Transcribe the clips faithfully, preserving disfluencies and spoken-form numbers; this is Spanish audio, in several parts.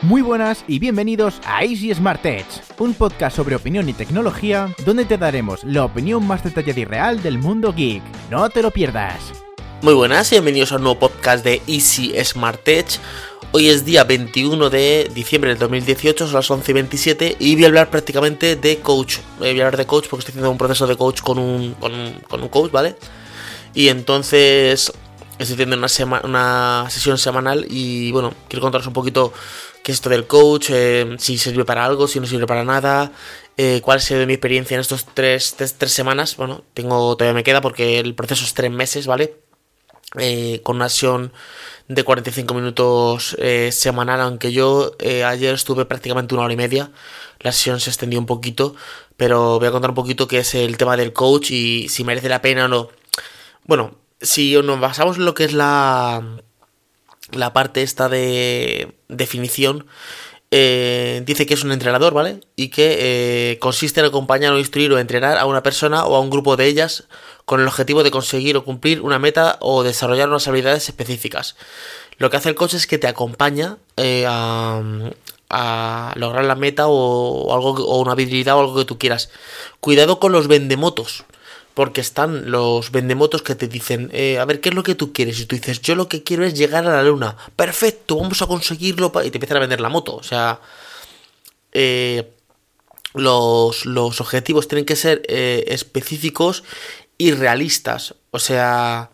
Muy buenas y bienvenidos a Easy Smart Tech, un podcast sobre opinión y tecnología donde te daremos la opinión más detallada y real del mundo geek. No te lo pierdas. Muy buenas y bienvenidos a un nuevo podcast de Easy Smart Tech. Hoy es día veintiuno de diciembre del dos mil dieciocho, son las once y veintisiete y voy a hablar prácticamente de coach. Voy a hablar de coach porque estoy haciendo un proceso de coach con un, con un, con un coach, ¿vale? Y entonces estoy haciendo una, sema- una sesión semanal y bueno, quiero contaros un poquito qué es esto del coach, eh, si sirve para algo, si no sirve para nada, eh, cuál ha sido mi experiencia en estos tres, tres, tres semanas. Bueno, tengo todavía me queda porque el proceso es tres meses, ¿vale? Eh, con una sesión de cuarenta y cinco minutos eh, semanal, aunque yo eh, ayer estuve prácticamente una hora y media. La sesión se extendió un poquito, pero voy a contar un poquito qué es el tema del coach y si merece la pena o no. Bueno, si nos basamos en lo que es la la parte esta de definición, eh, dice que es un entrenador, ¿vale? Y que eh, consiste en acompañar o instruir o entrenar a una persona o a un grupo de ellas con el objetivo de conseguir o cumplir una meta o desarrollar unas habilidades específicas. Lo que hace el coach es que te acompaña eh, a, a lograr la meta o, o algo o una habilidad o algo que tú quieras. Cuidado con los vendemotos, porque están los vendemotos que te dicen, eh, a ver, ¿qué es lo que tú quieres? Y tú dices, yo lo que quiero es llegar a la luna. Perfecto, vamos a conseguirlo. Y te empiezan a vender la moto. O sea, eh, los, los objetivos tienen que ser eh, específicos y realistas. O sea,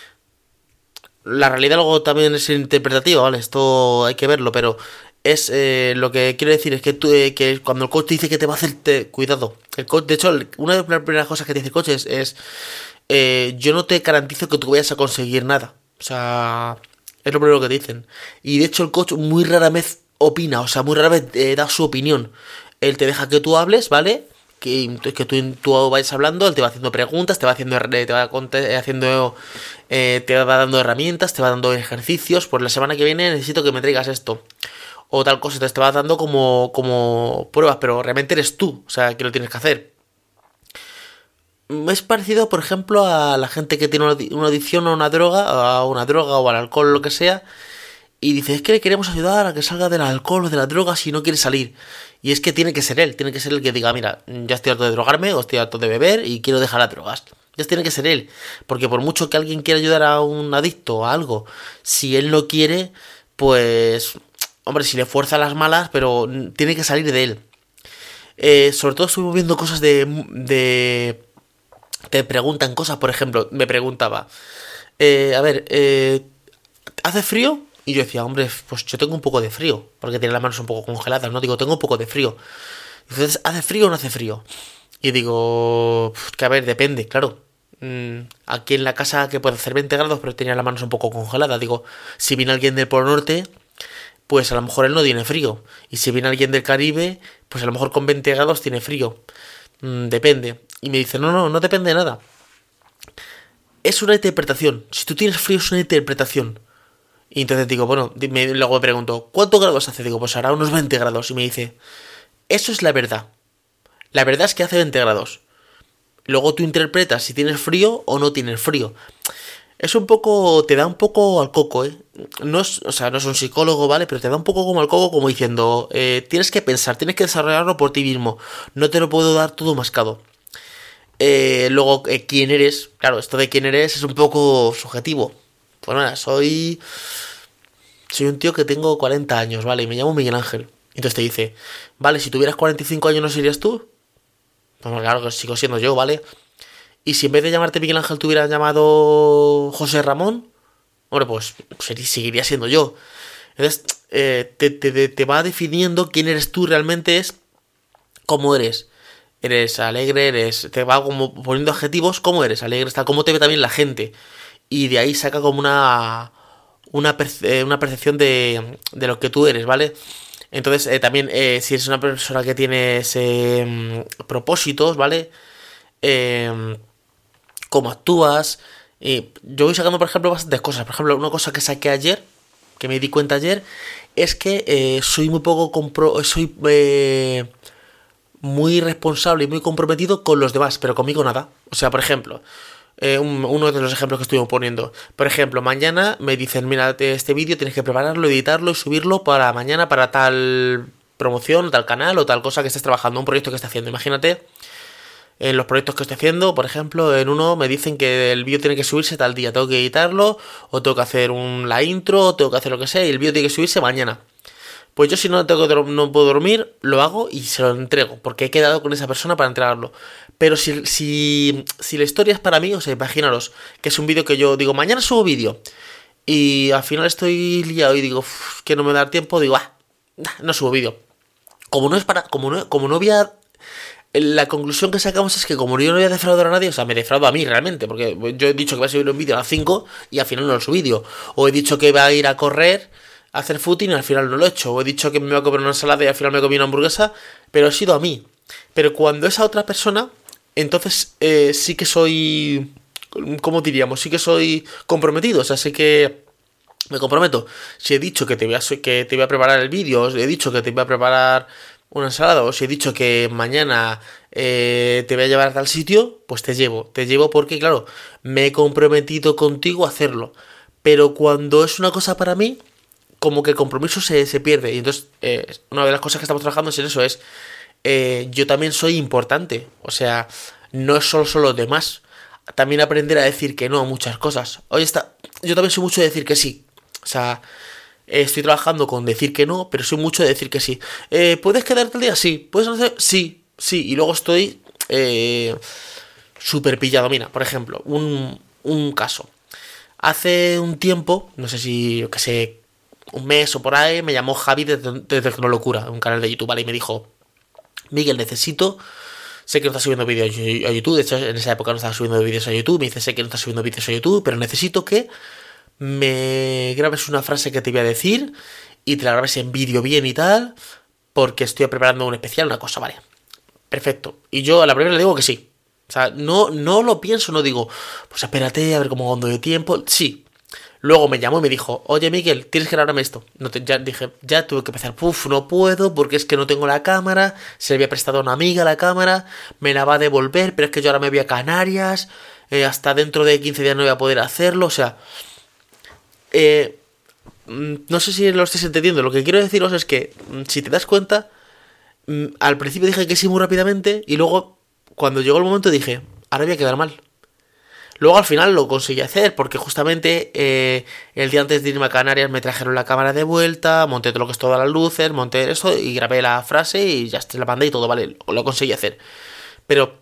la realidad luego también es interpretativa, ¿vale? Esto hay que verlo, pero es eh, lo que quiero decir es que, tú, eh, que cuando el coach te dice que te va a hacer, te, cuidado. El coach, de hecho, una de las primeras cosas que te dice el coach es, es eh, yo no te garantizo que tú vayas a conseguir nada. O sea, es lo primero que te dicen. Y de hecho el coach muy rara vez opina, o sea, muy rara vez eh, da su opinión. Él te deja que tú hables, ¿vale? Que, que tú, tú vayas hablando, él te va haciendo preguntas, te va haciendo, te va haciendo, eh, te va dando herramientas, te va dando ejercicios. Pues la semana que viene necesito que me traigas esto o tal cosa, entonces te va dando como, como pruebas, pero realmente eres tú, o sea, que lo tienes que hacer. Es parecido, por ejemplo, a la gente que tiene una adicción a una droga, a una droga o al alcohol, lo que sea, y dice, es que le queremos ayudar a que salga del alcohol o de la droga si no quiere salir. Y es que tiene que ser él, tiene que ser el que diga, mira, ya estoy harto de drogarme o estoy harto de beber y quiero dejar las drogas. Ya tiene que ser él, porque por mucho que alguien quiera ayudar a un adicto a algo, si él no quiere, pues, hombre, si le fuerza las malas, pero tiene que salir de él. Eh, sobre todo estuvimos viendo cosas de... de te preguntan cosas, por ejemplo, me preguntaba, eh, a ver, eh, ¿hace frío? Y yo decía, hombre, pues yo tengo un poco de frío, porque tiene las manos un poco congeladas, ¿no? Digo, tengo un poco de frío. Entonces, ¿hace frío o no hace frío? Y digo, que a ver, depende, claro. Mm, aquí en la casa que puede hacer veinte grados, pero tenía las manos un poco congeladas. Digo, si viene alguien del Polo Norte, pues a lo mejor él no tiene frío. Y si viene alguien del Caribe, pues a lo mejor con veinte grados tiene frío. Mm, depende. Y me dice, no, no, no depende de nada. Es una interpretación. Si tú tienes frío es una interpretación. Y entonces digo, bueno, me, luego me pregunto, ¿cuántos grados hace? Digo, pues hará unos veinte grados. Y me dice, eso es la verdad. La verdad es que hace veinte grados. Luego tú interpretas si tienes frío o no tienes frío. Es un poco, te da un poco al coco, ¿eh? No es, o sea, no es un psicólogo, ¿vale? Pero te da un poco como al coco, como diciendo, eh, tienes que pensar, tienes que desarrollarlo por ti mismo. No te lo puedo dar todo mascado. Eh, luego, eh, ¿quién eres? Claro, esto de quién eres es un poco subjetivo. Pues nada, soy... Soy un tío que tengo cuarenta años, ¿vale? Y me llamo Miguel Ángel. Entonces te dice, vale, si tuvieras cuarenta y cinco años, ¿no serías tú? Pues claro, que sigo siendo yo, ¿vale? Y si en vez de llamarte Miguel Ángel te hubieran llamado José Ramón, hombre, pues seguiría siendo yo. Entonces, eh, te, te, te va definiendo quién eres tú realmente, es cómo eres. Eres alegre, eres, te va como poniendo adjetivos, cómo eres alegre, está, cómo te ve también la gente. Y de ahí saca como una una, perce- una percepción de, de lo que tú eres, ¿vale? Entonces, eh, también, eh, si eres una persona que tienes eh, propósitos, ¿vale? Eh, cómo actúas. Eh, yo voy sacando, por ejemplo, bastantes cosas. Por ejemplo, una cosa que saqué ayer, que me di cuenta ayer, es que eh, soy muy poco compro... Soy... Eh, muy responsable y muy comprometido con los demás, pero conmigo nada. O sea, por ejemplo, eh, un, uno de los ejemplos que estuvimos poniendo. Por ejemplo, mañana me dicen, mira, este vídeo tienes que prepararlo, editarlo y subirlo para mañana para tal promoción, o tal canal o tal cosa que estés trabajando, un proyecto que estés haciendo. Imagínate, en los proyectos que estoy haciendo, por ejemplo, en uno me dicen que el vídeo tiene que subirse tal día, tengo que editarlo, o tengo que hacer un, la intro, o tengo que hacer lo que sea, y el vídeo tiene que subirse mañana. Pues yo si no tengo que, no puedo dormir, lo hago y se lo entrego, porque he quedado con esa persona para entregarlo. Pero si, si, si la historia es para mí, o sea, imaginaros que es un vídeo que yo digo, mañana subo vídeo, y al final estoy liado y digo, uff, que no me da tiempo, digo, ah, no subo vídeo. Como no es para, como no, como no voy a... La conclusión que sacamos es que como yo no voy a defraudar a nadie, o sea, me defraudo a mí realmente, porque yo he dicho que voy a subir un vídeo a las cinco y al final no lo subí vídeo. O he dicho que iba a ir a correr, a hacer footing y al final no lo he hecho. O he dicho que me iba a comer una ensalada y al final me comí una hamburguesa, pero ha sido a mí. Pero cuando es a otra persona, entonces eh, sí que soy, ¿cómo diríamos? Sí que soy comprometido, o sea, sé que me comprometo. Si he dicho que te voy a, que te voy a preparar el vídeo, he dicho que te voy a preparar una ensalada, o si he dicho que mañana eh, te voy a llevar a tal sitio, pues te llevo. Te llevo porque, claro, me he comprometido contigo a hacerlo. Pero cuando es una cosa para mí, como que el compromiso se, se pierde. Y entonces, eh, una de las cosas que estamos trabajando es en eso, es eh, yo también soy importante. O sea, no es solo, solo los demás. También aprender a decir que no a muchas cosas. Oye, está, yo también soy mucho de decir que sí. O sea... Estoy trabajando con decir que no, pero soy mucho de decir que sí. Eh, ¿Puedes quedarte el día? Sí. ¿Puedes hacer? Sí, sí. Y luego estoy eh, súper pillado. Mira, por ejemplo, un, un caso. Hace un tiempo, no sé si, yo que sé, un mes o por ahí, me llamó Javi de, de Tecnolocura, un canal de YouTube, ¿vale? Y me dijo, Miguel, necesito... Sé que no estás subiendo vídeos a YouTube, de hecho en esa época no estaba subiendo vídeos a YouTube. Me dice, sé que no estás subiendo vídeos a YouTube, pero necesito que... me grabes una frase que te voy a decir y te la grabes en vídeo bien y tal, porque estoy preparando un especial, una cosa, vale. Perfecto. Y yo a la primera le digo que sí. O sea, no, no lo pienso, no digo, pues espérate, a ver cómo ando de tiempo. Sí. Luego me llamó y me dijo, oye Miguel, tienes que grabarme esto. No te, ya dije, ya tuve que empezar, puf, no puedo, porque es que no tengo la cámara, se le había prestado a una amiga la cámara, me la va a devolver, pero es que yo ahora me voy a Canarias, eh, hasta dentro de quince días no voy a poder hacerlo, o sea... Eh, no sé si lo estáis entendiendo. Lo que quiero deciros es que, si te das cuenta, al principio dije que sí muy rápidamente y luego, cuando llegó el momento, dije, ahora voy a quedar mal. Luego al final lo conseguí hacer porque justamente eh, el día antes de irme a Canarias me trajeron la cámara de vuelta, monté todo lo que es todas las luces, monté eso y grabé la frase y ya la mandé y todo, vale, lo conseguí hacer. Pero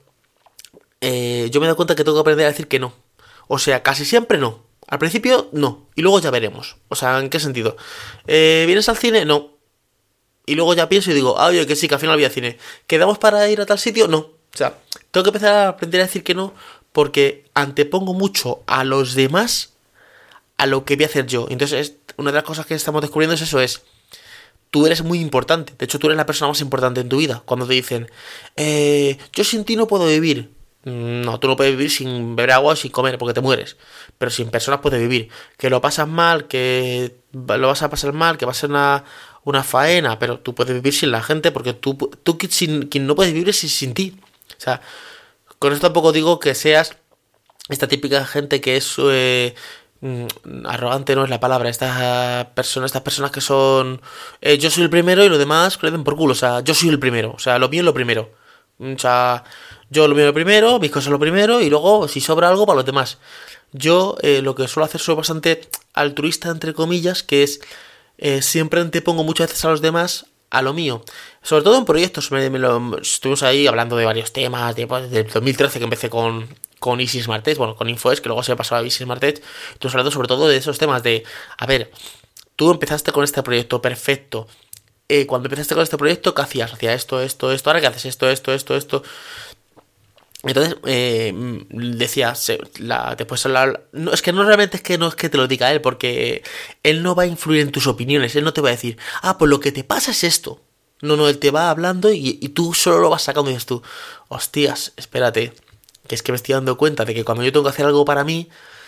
eh, yo me he dado cuenta que tengo que aprender a decir que no. O sea, casi siempre no. Al principio, no. Y luego ya veremos. O sea, ¿en qué sentido? Eh, ¿Vienes al cine? No. Y luego ya pienso y digo, ah, oye, que sí, que al final voy al cine. ¿Quedamos para ir a tal sitio? No. O sea, tengo que empezar a aprender a decir que no, porque antepongo mucho a los demás a lo que voy a hacer yo. Entonces, una de las cosas que estamos descubriendo es eso, es... Tú eres muy importante. De hecho, tú eres la persona más importante en tu vida. Cuando te dicen, eh, yo sin ti no puedo vivir. No, tú no puedes vivir sin beber agua o sin comer porque te mueres. Pero sin personas puedes vivir. Que lo pasas mal, que lo vas a pasar mal, que va a ser una, una faena, pero tú puedes vivir sin la gente porque tú, tú sin, quien no puedes vivir es sin, sin ti. O sea, con esto tampoco digo que seas esta típica gente que es... Eh, arrogante no es la palabra. Estas personas, estas personas que son... Eh, yo soy el primero y los demás que le den por culo. O sea, yo soy el primero. O sea, lo mío es lo primero. O sea... Yo lo mío lo primero, mis cosas lo primero y luego si sobra algo para los demás. Yo eh, lo que suelo hacer soy bastante altruista, entre comillas, que es eh, siempre antepongo muchas veces a los demás a lo mío. Sobre todo en proyectos, me, me lo, estuvimos ahí hablando de varios temas, de, pues, de dos mil trece que empecé con, con Easy Smart Edge, bueno, con InfoEdge, que luego se me pasó a Easy Smart Edge. Estuvimos hablando sobre todo de esos temas de, a ver, tú empezaste con este proyecto, perfecto. Eh, cuando empezaste con este proyecto, ¿qué hacías? Hacía esto, esto, esto, ahora ¿qué haces? Esto, esto, esto, esto... Entonces, eh, decía, la, después la, no, es que no realmente es que no es que te lo diga él, porque él no va a influir en tus opiniones, él no te va a decir, ah, pues lo que te pasa es esto. No, no, él te va hablando y, y tú solo lo vas sacando y dices tú, hostias, espérate, que es que me estoy dando cuenta de que cuando yo tengo que hacer algo para mí,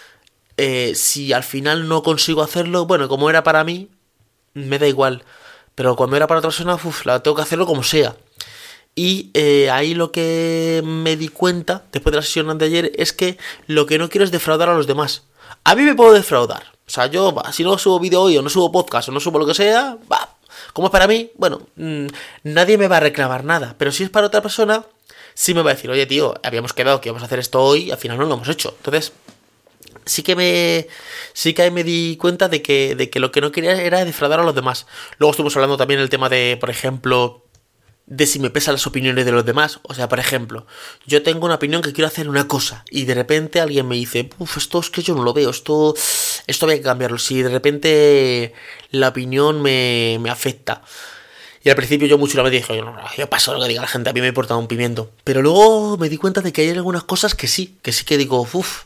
eh, si al final no consigo hacerlo, bueno, como era para mí, me da igual, pero cuando era para otra persona, uff, la tengo que hacerlo como sea. Y eh, ahí lo que me di cuenta, después de la sesión de ayer, es que lo que no quiero es defraudar a los demás. A mí me puedo defraudar. O sea, yo, va, si no subo vídeo hoy, o no subo podcast, o no subo lo que sea, va. Como es para mí, bueno, mmm, nadie me va a reclamar nada. Pero si es para otra persona, sí me va a decir, oye, tío, habíamos quedado que íbamos a hacer esto hoy y al final no lo hemos hecho. Entonces, sí que me sí que me di cuenta de que, de que lo que no quería era defraudar a los demás. Luego estuvimos hablando también del tema de, por ejemplo, de si me pesan las opiniones de los demás. O sea, por ejemplo, yo tengo una opinión que quiero hacer una cosa y de repente alguien me dice, uff, esto es que yo no lo veo, esto esto hay que cambiarlo. Si de repente la opinión me, me afecta. Y al principio yo mucho la vez dije, no, yo paso lo que diga la gente, a mí me importa un pimiento. Pero luego me di cuenta de que hay algunas cosas que sí, que sí que digo, uff.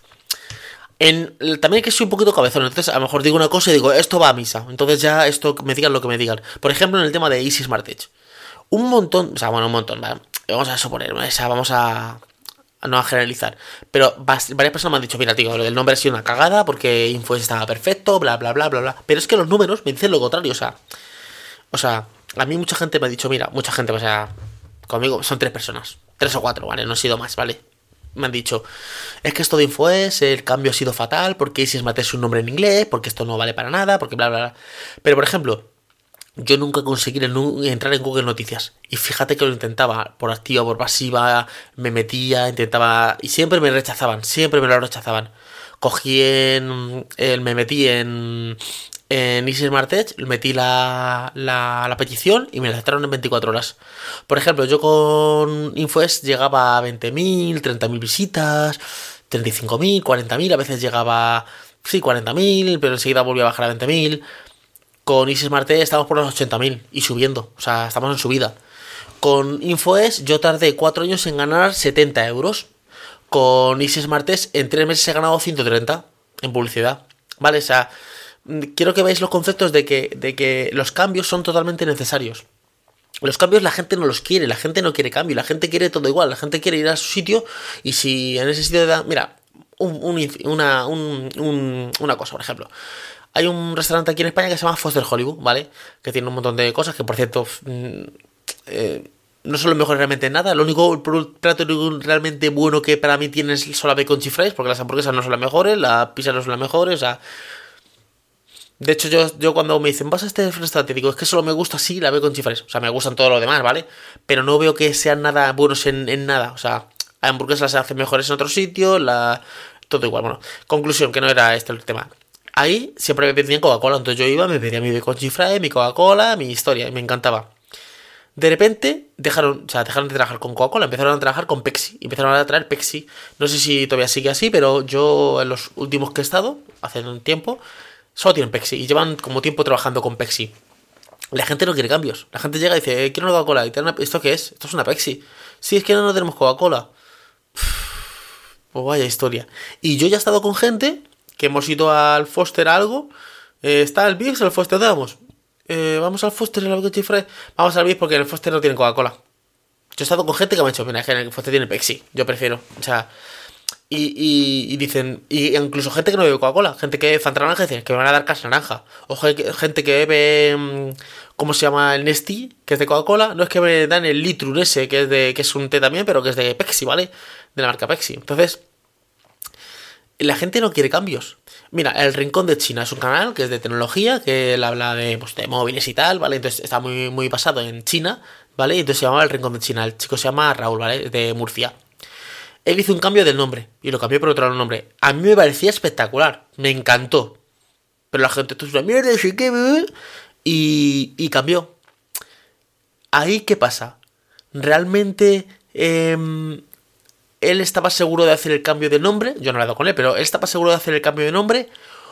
En, también que soy un poquito cabezón, entonces a lo mejor digo una cosa y digo, esto va a misa. Entonces ya esto, me digan lo que me digan. Por ejemplo, en el tema de Easy Smart Edge. Un montón, o sea, bueno, un montón, ¿vale? Vamos a suponer, o sea, vamos a, a no a generalizar. Pero varias personas me han dicho, mira, tío, el nombre ha sido una cagada porque Info estaba perfecto, bla, bla, bla, bla, bla. Pero es que los números me dicen lo contrario, o sea, o sea, a mí mucha gente me ha dicho, mira, mucha gente, o sea, conmigo son tres personas, tres o cuatro, ¿vale? No ha sido más, ¿vale? Me han dicho, es que esto de InfoES, el cambio ha sido fatal, porque Easy Smart es un nombre en inglés, porque esto no vale para nada, porque bla, bla, bla. Pero, por ejemplo, yo nunca conseguí entrar en Google Noticias. Y fíjate que lo intentaba, por activa, por pasiva, me metía, intentaba, y siempre me rechazaban, siempre me lo rechazaban. Cogí en, en me metí en... En Easy Smart Edge metí la, la, la petición y me la aceptaron en veinticuatro horas. Por ejemplo, yo con InfoES llegaba a veinte mil, treinta mil visitas, treinta y cinco mil, cuarenta mil, a veces llegaba, sí, cuarenta mil, pero enseguida volví a bajar a veinte mil. Con Easy Smart Edge estamos por los ochenta mil y subiendo, o sea, estamos en subida. Con InfoES yo tardé cuatro años en ganar setenta euros. Con Easy Smart Edge en tres meses he ganado ciento treinta en publicidad. Vale, o sea, quiero que veáis los conceptos de que, de que los cambios son totalmente necesarios. Los cambios la gente no los quiere, la gente no quiere cambio, la gente quiere todo igual, la gente quiere ir a su sitio y si en ese sitio da... Mira, un, un, una, un, un, una cosa, por ejemplo. Hay un restaurante aquí en España que se llama Foster Hollywood, ¿vale? Que tiene un montón de cosas que, por cierto, eh, no son los mejores realmente en nada. Lo único plato realmente bueno que para mí tiene es solo la bacon cheese fries, porque las hamburguesas no son las mejores, las pizzas no son las mejores, o sea... De hecho, yo, yo cuando me dicen, vas a este restaurante, digo, es que solo me gusta así la bacon cheese fries. O sea, me gustan todo lo demás, ¿vale? Pero no veo que sean nada buenos en, en nada. O sea, las hamburguesas se hacen mejores en otro sitio, la... todo igual. Bueno, conclusión, que no era este el tema. Ahí siempre me pedían Coca-Cola, entonces yo iba, me pedía mi bacon cheese fries, mi Coca-Cola, mi historia, y me encantaba. De repente dejaron, o sea, dejaron de trabajar con Coca-Cola, empezaron a trabajar con Pepsi, empezaron a traer Pepsi. No sé si todavía sigue así, pero yo en los últimos que he estado, hace un tiempo, solo tienen Pepsi y llevan como tiempo trabajando con Pepsi. La gente no quiere cambios. La gente llega y dice, eh, quiero una Coca-Cola. ¿Y una... ¿Esto qué es? Esto es una Pepsi. Sí, es que no, no tenemos Coca-Cola. Pues vaya historia. Y yo ya he estado con gente que hemos ido al Foster a algo. Eh, está el Vips, el Foster, ¿dónde vamos? Eh, vamos al Foster, el Bacon Cheese Fries. Vamos al Vips porque en el Foster no tiene Coca-Cola. Yo he estado con gente que me ha dicho, mira, que en el Foster tiene Pepsi. Yo prefiero. O sea... Y, y, y dicen, y incluso gente que no bebe Coca-Cola, gente que bebe Fanta naranja, dicen que me van a dar casa naranja. O gente que bebe, ¿cómo se llama? El Nestí, que es de Coca-Cola. No es que me dan el Litrun ese, que es de que es un té también, pero que es de Pepsi, ¿vale? De la marca Pepsi. Entonces, la gente no quiere cambios. Mira, El Rincón de China es un canal que es de tecnología, que él habla de, pues, de móviles y tal, ¿vale? Entonces está muy, muy basado en China, ¿vale? Y entonces se llama El Rincón de China. El chico se llama Raúl, ¿vale? De Murcia. Él hizo un cambio del nombre y lo cambió por otro nombre. A mí me parecía espectacular, me encantó. Pero la gente, esto es una mierda, sí que... Y, y cambió. Ahí, ¿qué pasa? ¿Realmente eh, él estaba seguro de hacer el cambio de nombre? Yo no he hablado con él, pero él estaba seguro de hacer el cambio de nombre.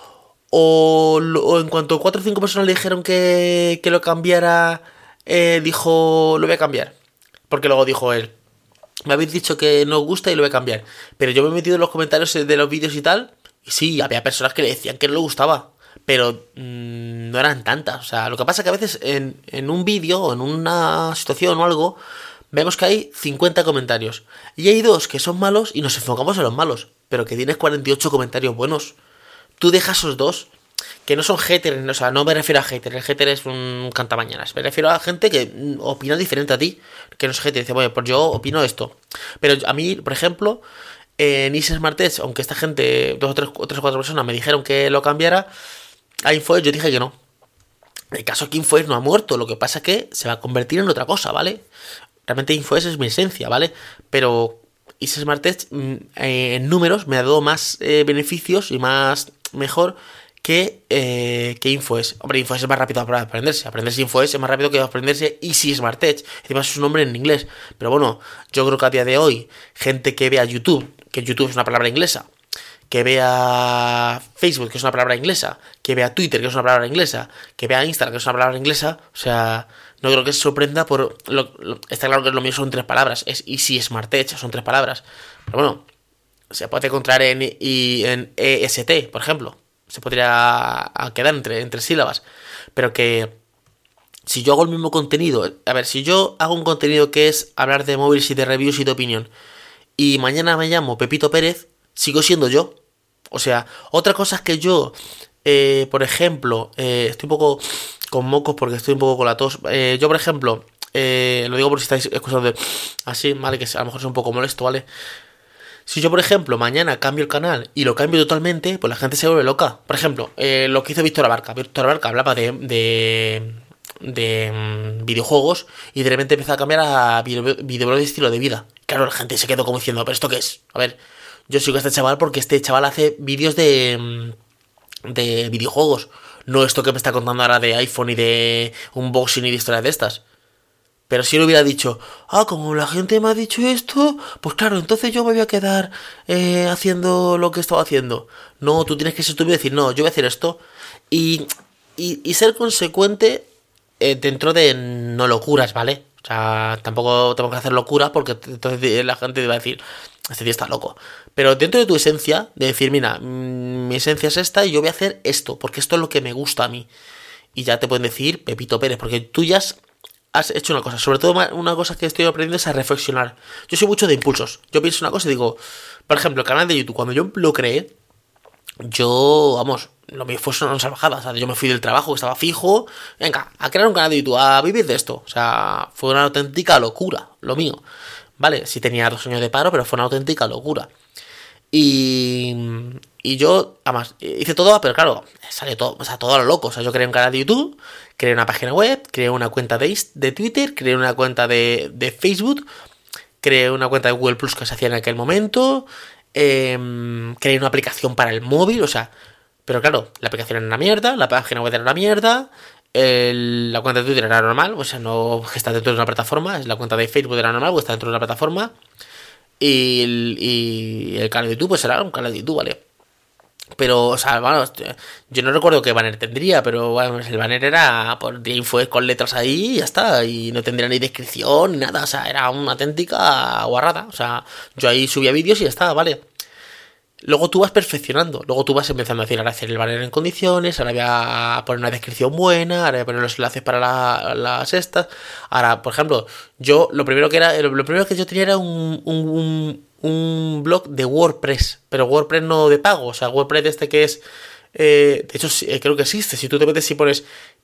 O, o en cuanto cuatro o cinco personas le dijeron que, que lo cambiara, eh, dijo, lo voy a cambiar. Porque luego dijo él, me habéis dicho que no os gusta y lo voy a cambiar. Pero yo me he metido en los comentarios de los vídeos y tal. Y sí, había personas que le decían que no le gustaba. Pero mmm, no eran tantas. O sea, lo que pasa es que a veces en, en un vídeo o en una situación o algo, vemos que hay cincuenta comentarios. Y hay dos que son malos y nos enfocamos en los malos. Pero que tienes cuarenta y ocho comentarios buenos. Tú dejas esos dos que no son haters, o sea, no me refiero a haters, el hater es un cantamañanas, me refiero a gente que opina diferente a ti, que no es hater, dice, bueno, pues yo opino esto. Pero a mí, por ejemplo, en Easy Smart Edge, aunque esta gente, dos o tres, tres o cuatro personas me dijeron que lo cambiara, a InfoEdge yo dije que no. El caso es que InfoEdge no ha muerto, lo que pasa es que se va a convertir en otra cosa, ¿vale? Realmente InfoEdge es mi esencia, ¿vale? Pero Easy Smart Edge eh, en números me ha dado más eh, beneficios y más mejor que, eh, que InfoEdge. Hombre, InfoEdge es más rápido para aprenderse. Aprenderse InfoEdge es más rápido que aprenderse Easy Smart Edge. Encima es un nombre en inglés. Pero bueno, yo creo que a día de hoy, gente que vea YouTube, que YouTube es una palabra inglesa, que vea Facebook, que es una palabra inglesa, que vea Twitter, que es una palabra inglesa, que vea Instagram, que es una palabra inglesa, o sea, no creo que se sorprenda por... Lo, lo, está claro que lo mío son tres palabras, es Easy Smart Edge, son tres palabras. Pero bueno, se puede encontrar en, y, en E S T, por ejemplo. Se podría quedar entre, entre sílabas. Pero que si yo hago el mismo contenido, a ver, si yo hago un contenido que es hablar de móviles y de reviews y de opinión, y mañana me llamo Pepito Pérez, sigo siendo yo. O sea, otra cosa es que yo, eh, por ejemplo, eh, estoy un poco con mocos porque estoy un poco con la tos. Eh, yo, por ejemplo, eh, lo digo por si estáis escuchando así, ¿vale? Que a lo mejor es un poco molesto, ¿vale? Si yo, por ejemplo, mañana cambio el canal y lo cambio totalmente, pues la gente se vuelve loca. Por ejemplo, eh, lo que hizo Víctor Abarca. Víctor Abarca hablaba de... de de um, videojuegos y de repente empezó a cambiar a videoblog de estilo de vida. Claro, la gente se quedó como diciendo, ¿pero esto qué es? A ver, yo sigo a este chaval porque este chaval hace vídeos de de videojuegos, no esto que me está contando ahora de iPhone y de unboxing y de historias de estas. Pero si él hubiera dicho, ah, como la gente me ha dicho esto, pues claro, entonces yo me voy a quedar eh, haciendo lo que estaba haciendo. No, tú tienes que ser tú y decir, no, yo voy a hacer esto y, y, y ser consecuente Eh, dentro de no locuras, ¿vale? O sea, tampoco tengo que hacer locura porque entonces la gente va a decir, este tío está loco. Pero dentro de tu esencia, de decir, mira, mmm, mi esencia es esta y yo voy a hacer esto, porque esto es lo que me gusta a mí. Y ya te pueden decir Pepito Pérez, porque tú ya has, has hecho una cosa. Sobre todo una cosa que estoy aprendiendo es a reflexionar. Yo soy mucho de impulsos. Yo pienso una cosa y digo, por ejemplo, el canal de YouTube, cuando yo lo creé, yo, vamos, lo mío fue una salvajada. O sea, yo me fui del trabajo que estaba fijo, venga, a crear un canal de YouTube, a vivir de esto. O sea, fue una auténtica locura, lo mío. Vale, sí tenía dos años de paro, pero fue una auténtica locura. Y, y yo, además, hice todo, pero claro, sale todo, o sea, todo a lo loco. O sea, yo creé un canal de YouTube, creé una página web, creé una cuenta de, de Twitter, creé una cuenta de, de Facebook, creé una cuenta de Google Plus que se hacía en aquel momento, eh, creé una aplicación para el móvil, o sea, pero claro, la aplicación era una mierda, la página web era una mierda, el, la cuenta de Twitter era normal, o sea, no está dentro de una plataforma, la cuenta de Facebook era normal, o está dentro de una plataforma. Y el, y el canal de YouTube, pues era un canal de YouTube, ¿vale? Pero, o sea, bueno, yo no recuerdo qué banner tendría, pero bueno, el banner era por InfoEdge con letras ahí y ya está, y no tendría ni descripción ni nada, o sea, era una auténtica guarrada, o sea, yo ahí subía vídeos y ya está, ¿vale? Luego tú vas perfeccionando, luego tú vas empezando a decir, ahora hacer el banner en condiciones, ahora voy a poner una descripción buena, ahora voy a poner los enlaces para la, las estas. Ahora, por ejemplo, yo lo primero que era, lo primero que yo tenía era un, un, un, un blog de WordPress, pero WordPress no de pago, o sea, WordPress este que es, eh, de hecho creo que existe, si tú te metes y pones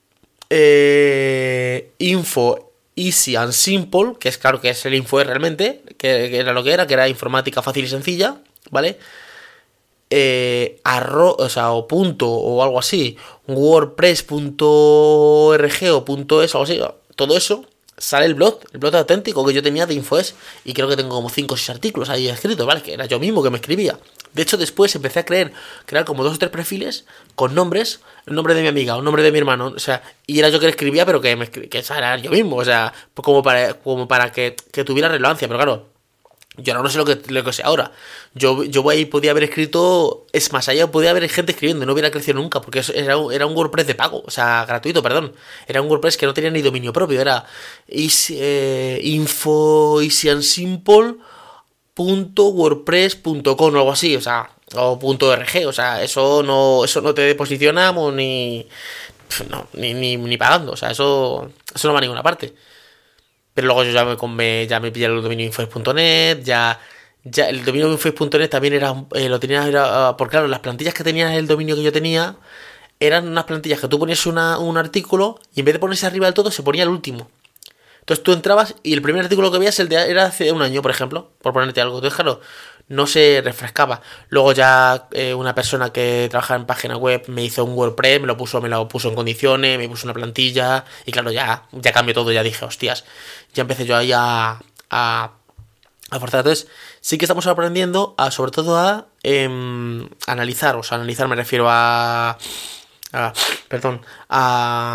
eh, info easy and simple, que es claro que es el info realmente, que, que era lo que era, que era informática fácil y sencilla, ¿vale? Eh, arro, o sea, o punto o algo así, wordpress punto org o punto es, algo así, todo eso, sale el blog, el blog auténtico que yo tenía de InfoEdge, y creo que tengo como cinco o seis artículos ahí escritos, ¿vale? Que era yo mismo que me escribía. De hecho, después empecé a creer, crear como dos o tres perfiles con nombres, el nombre de mi amiga, un nombre de mi hermano, o sea, y era yo que le escribía, pero que, me, que era yo mismo, o sea, como para, como para que, que tuviera relevancia, pero claro, yo ahora no sé lo que, lo que sé ahora. Yo, yo ahí podía haber escrito. Es más, allá podía haber gente escribiendo. No hubiera crecido nunca. Porque era, era un WordPress de pago. O sea, gratuito, perdón. Era un WordPress que no tenía ni dominio propio. Era easy, eh, info easy and simple punto wordpress punto com o algo así. O sea, o punto .org. O sea, eso no, eso no te posicionamos ni. No, ni, ni, ni pagando. O sea, eso, eso no va a ninguna parte. Pero luego yo ya me, me, ya me pillé el dominio infoes punto net, ya, ya el dominio infoes punto net también era, eh, lo tenía, era, porque claro, las plantillas que tenía el dominio que yo tenía, eran unas plantillas que tú ponías una, un artículo y en vez de ponerse arriba del todo se ponía el último. Entonces tú entrabas y el primer artículo que veías el de, era hace un año, por ejemplo, por ponerte algo. Entonces, claro, no se refrescaba. Luego ya eh, una persona que trabaja en página web me hizo un WordPress, me lo puso, me lo puso en condiciones, me puso una plantilla y claro, ya, ya cambió todo, ya dije, hostias, ya empecé yo ahí a, a, a forzar. Entonces, sí que estamos aprendiendo a, sobre todo a eh, analizar, o sea, analizar me refiero a, a perdón, a,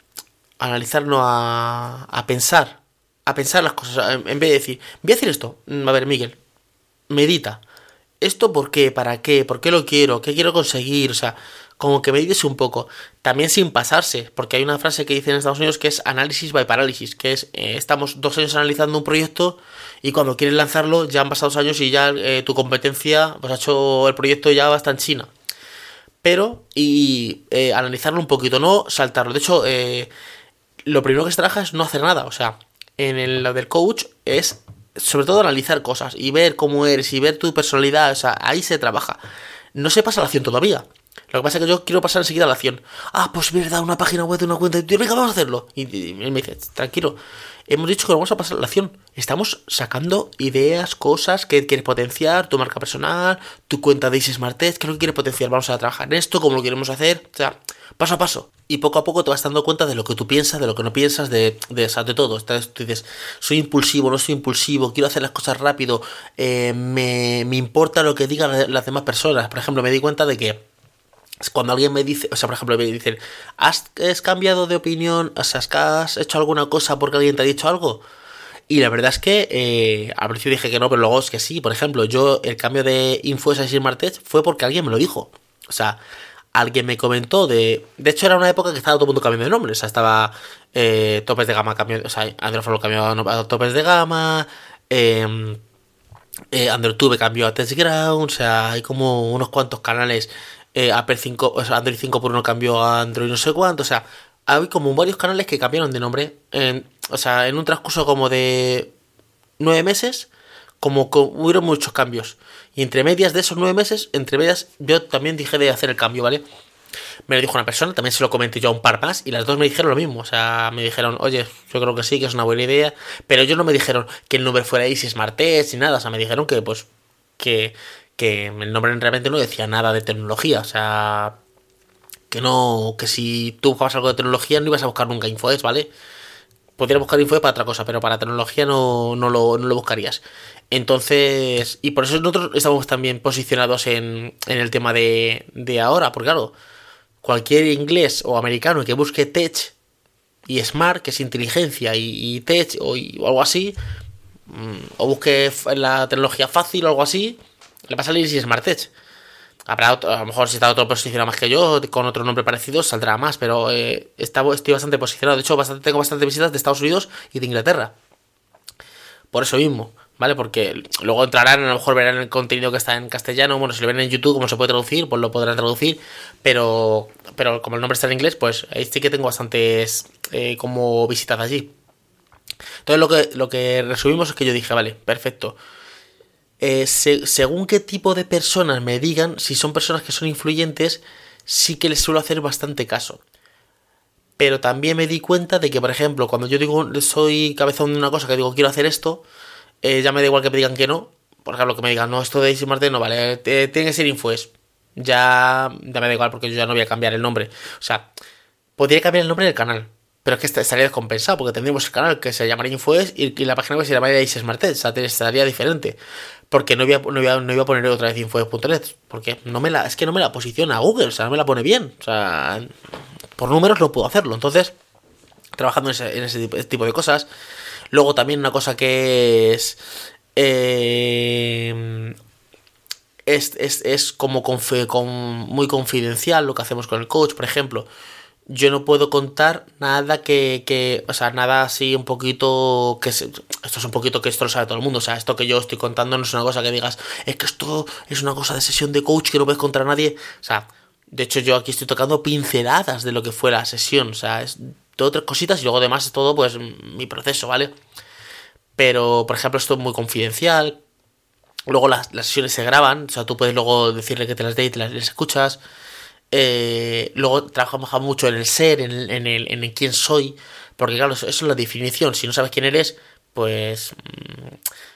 a analizar, no a, a pensar, a pensar las cosas, en, en vez de decir, voy a hacer esto, a ver, Miguel, medita. ¿Esto por qué? ¿Para qué? ¿Por qué lo quiero? ¿Qué quiero conseguir? O sea, como que medites un poco. También sin pasarse, porque hay una frase que dicen en Estados Unidos que es análisis by parálisis, que es, eh, estamos dos años analizando un proyecto y cuando quieres lanzarlo ya han pasado dos años y ya eh, tu competencia pues ha hecho el proyecto ya va hasta en China. Pero, y eh, analizarlo un poquito, no saltarlo. De hecho, eh, lo primero que se trabaja es no hacer nada. O sea, en el, lo del coach es sobre todo analizar cosas y ver cómo eres y ver tu personalidad, o sea, ahí se trabaja. No se pasa a la acción todavía. Lo que pasa es que yo quiero pasar enseguida a la acción. Ah, pues verdad, una página web de una cuenta de Twitter, venga, vamos a hacerlo. Y, y, y él me dice, tranquilo, hemos dicho que vamos a pasar a la acción. Estamos sacando ideas, cosas que quieres potenciar, tu marca personal, tu cuenta de Easy Smart Tech, que es lo que quieres potenciar. Vamos a trabajar en esto, cómo lo queremos hacer, o sea, paso a paso. Y poco a poco te vas dando cuenta de lo que tú piensas, de lo que no piensas, de, de, o sea, de todo. Entonces tú dices, soy impulsivo, no soy impulsivo, quiero hacer las cosas rápido, eh, me, me importa lo que digan las demás personas. Por ejemplo, me di cuenta de que cuando alguien me dice, o sea, por ejemplo, me dicen, ¿has, has cambiado de opinión? O sea, ¿has hecho alguna cosa porque alguien te ha dicho algo? Y la verdad es que eh, al principio dije que no, pero luego es que sí. Por ejemplo, yo el cambio de Info a Smart Tech fue porque alguien me lo dijo. O sea, alguien me comentó de... De hecho, era una época que estaba todo el mundo cambiando de nombre. O sea, estaba eh, Topes de Gama, cambió, o sea, Android cambió a Topes de Gama, eh, eh, AndroidTube cambió a TestGround, o sea, hay como unos cuantos canales... Eh, Apple cinco, o sea, Android cinco por uno cambió a Android no sé cuánto, o sea, hay como varios canales que cambiaron de nombre, en, o sea, en un transcurso como de nueve meses, como que hubo muchos cambios, y entre medias de esos nueve meses, entre medias, yo también dije de hacer el cambio, ¿vale? Me lo dijo una persona, también se lo comenté yo a un par más, y las dos me dijeron lo mismo, o sea, me dijeron, oye, yo creo que sí, que es una buena idea, pero ellos no me dijeron que el nombre fuera Easy Smart Tech ni nada, o sea, me dijeron que, pues, que... que el nombre realmente no decía nada de tecnología, o sea, que no, que si tú buscabas algo de tecnología no ibas a buscar nunca InfoEdge, ¿vale? Podrías buscar InfoEdge para otra cosa, pero para tecnología no, no, lo, no lo buscarías. Entonces, y por eso nosotros estamos también posicionados en, en el tema de, de ahora, porque claro, cualquier inglés o americano que busque tech y smart, que es inteligencia, y, y tech o, y, o algo así, o busque la tecnología fácil o algo así, le va a salir si Smart Tech. Habrá otro, a lo mejor si está otro posicionado más que yo, con otro nombre parecido, saldrá más, pero eh, está, estoy bastante posicionado. De hecho, bastante, tengo bastantes visitas de Estados Unidos y de Inglaterra. Por eso mismo, ¿vale? Porque luego entrarán, a lo mejor verán el contenido que está en castellano. Bueno, si lo ven en YouTube, como se puede traducir, pues lo podrán traducir. Pero, pero como el nombre está en inglés, pues ahí sí que tengo bastantes eh, como visitas allí. Entonces lo que, lo que resumimos es que yo dije, vale, perfecto. Eh, se, según qué tipo de personas me digan, si son personas que son influyentes, sí que les suelo hacer bastante caso. Pero también me di cuenta de que, por ejemplo, cuando yo digo soy cabezón de una cosa, que digo quiero hacer esto, eh, ya me da igual que me digan que no. Por ejemplo, que me digan, no, esto de Easy Smart Tech no vale, eh, tiene que ser InfoEdge. Ya, ya me da igual porque yo ya no voy a cambiar el nombre. O sea, podría cambiar el nombre del canal, pero es que estaría descompensado porque tendríamos el canal que se llamaría InfoEdge y, y la página web se llamaría Easy Smart Tech. O sea, estaría diferente. Porque no iba, no, iba, no iba a poner otra vez InfoEdge punto net. Porque no me la, es que no me la posiciona Google. O sea, no me la pone bien. O sea, por números no puedo hacerlo. Entonces, trabajando en ese, en ese tipo de cosas. Luego también una cosa que es... Eh, es, es, es como confi, con, muy confidencial lo que hacemos con el coach. Por ejemplo, yo no puedo contar nada que, que o sea, nada así un poquito, que se, esto es un poquito que esto lo sabe todo el mundo, o sea, esto que yo estoy contando no es una cosa que digas, es que esto es una cosa de sesión de coach que no puedes contar a nadie, o sea, de hecho yo aquí estoy tocando pinceladas de lo que fue la sesión, o sea, es de otras cositas y luego además es todo, pues, mi proceso, ¿vale? Pero, por ejemplo, esto es muy confidencial, luego las, las sesiones se graban, o sea, tú puedes luego decirle que te las dé y te las, las escuchas. Eh, luego trabajamos mucho en el ser, en el, en el, en el quién soy, porque claro, eso, eso es la definición. Si no sabes quién eres, pues... mm,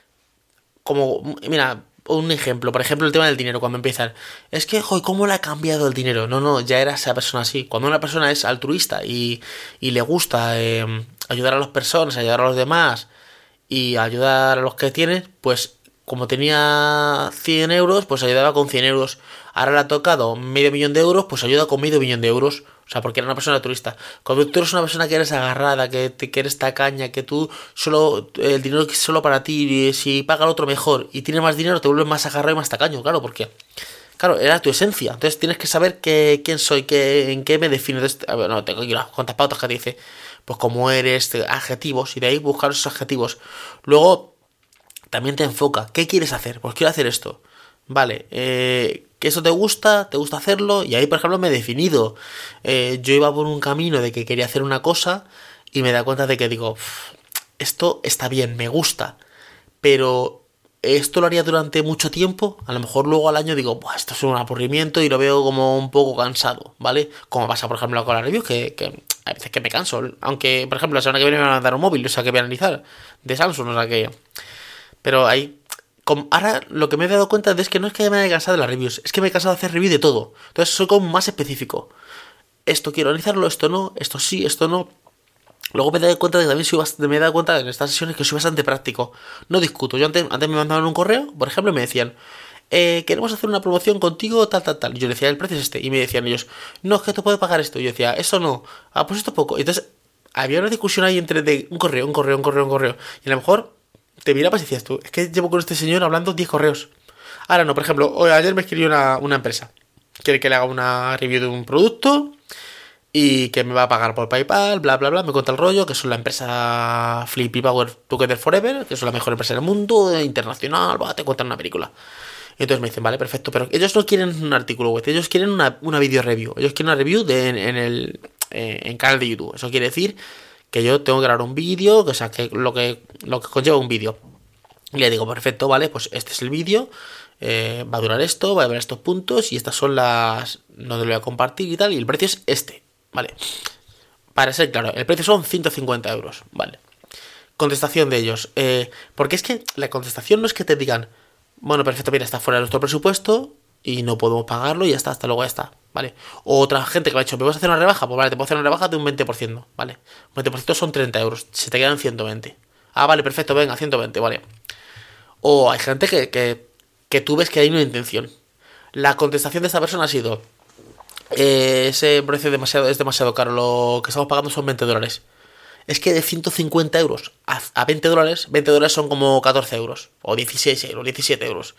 como, mira, un ejemplo, por ejemplo, el tema del dinero, cuando empiezan, es que, joder, ¿cómo le ha cambiado el dinero? No, no, ya era esa persona así. Cuando una persona es altruista y, y le gusta eh, ayudar a las personas, ayudar a los demás y ayudar a los que tiene, pues como tenía cien euros, pues ayudaba con cien euros. Ahora le ha tocado medio millón de euros, pues ayuda con medio millón de euros. O sea, porque era una persona turista. Cuando tú eres una persona que eres agarrada, que, te, que eres tacaña, que tú solo, el dinero es solo para ti, y si paga el otro mejor y tienes más dinero, te vuelves más agarrado y más tacaño, claro, porque, claro, era tu esencia. Entonces tienes que saber qué, quién soy, qué, en qué me defino. Entonces, a ver, no, tengo aquí unas cuantas pautas que te dice, pues cómo eres, adjetivos, y de ahí buscar esos adjetivos. Luego, también te enfoca. ¿Qué quieres hacer? Pues quiero hacer esto. Vale, eh, que eso te gusta, te gusta hacerlo, y ahí por ejemplo me he definido. Eh, yo iba por un camino de que quería hacer una cosa y me da cuenta de que digo, esto está bien, me gusta, pero esto lo haría durante mucho tiempo. A lo mejor luego al año digo, esto es un aburrimiento y lo veo como un poco cansado, ¿vale? Como pasa por ejemplo con la review, que, que a veces que me canso, aunque por ejemplo la semana que viene me van a dar un móvil, o sea que voy a analizar de Samsung, o sea que... Pero ahí... Como ahora lo que me he dado cuenta es que no es que me haya cansado de las reviews, es que me he cansado de hacer review de todo. Entonces soy como más específico. Esto quiero analizarlo, esto no, esto sí, esto no. Luego me he dado cuenta de que también soy bastante, me he dado cuenta en estas sesiones que soy bastante práctico. No discuto. Yo antes, antes me mandaban un correo, por ejemplo, y me decían, eh, queremos hacer una promoción contigo, tal, tal, tal. Y yo decía, el precio es este. Y me decían ellos, no, es que tú puedes pagar esto. Y yo decía, eso no. Ah, pues esto poco. Y entonces había una discusión ahí entre de un correo, un correo, un correo, un correo. Y a lo mejor te mirabas y decías tú, es que llevo con este señor hablando diez correos. Ahora no, por ejemplo, hoy, ayer me escribió una, una empresa. Quiere que le haga una review de un producto y que me va a pagar por PayPal, bla, bla, bla. Me cuenta el rollo, que son la empresa Flippy Power Together Forever, que son la mejor empresa del mundo, internacional, va, te cuentan una película. Y entonces me dicen, vale, perfecto, pero ellos no quieren un artículo web, ellos quieren una, una video review. Ellos quieren una review de, en, en el eh, en canal de YouTube. Eso quiere decir que yo tengo que grabar un vídeo, o sea, que lo que, lo que conlleva un vídeo. Y le digo, perfecto, vale, pues este es el vídeo, eh, va a durar esto, va a haber estos puntos y estas son las... donde lo voy a compartir y tal, y el precio es este, vale. Para ser claro, el precio son ciento cincuenta euros, vale. Contestación de ellos, eh, porque es que la contestación no es que te digan, bueno, perfecto, mira, está fuera de nuestro presupuesto y no podemos pagarlo y ya está, hasta luego ya está, ¿vale? O otra gente que me ha dicho, ¿me vas a hacer una rebaja? Pues vale, te puedo hacer una rebaja de un veinte por ciento, ¿vale? Un veinte por ciento son treinta euros, se te quedan ciento veinte. Ah, vale, perfecto, venga, ciento veinte, vale. O hay gente que, que, que tú ves que hay una intención. La contestación de esta persona ha sido, eh, ese precio es demasiado, es demasiado caro, lo que estamos pagando son veinte dólares. Es que de ciento cincuenta euros a, a veinte dólares, veinte dólares son como catorce euros, o dieciséis euros, diecisiete euros.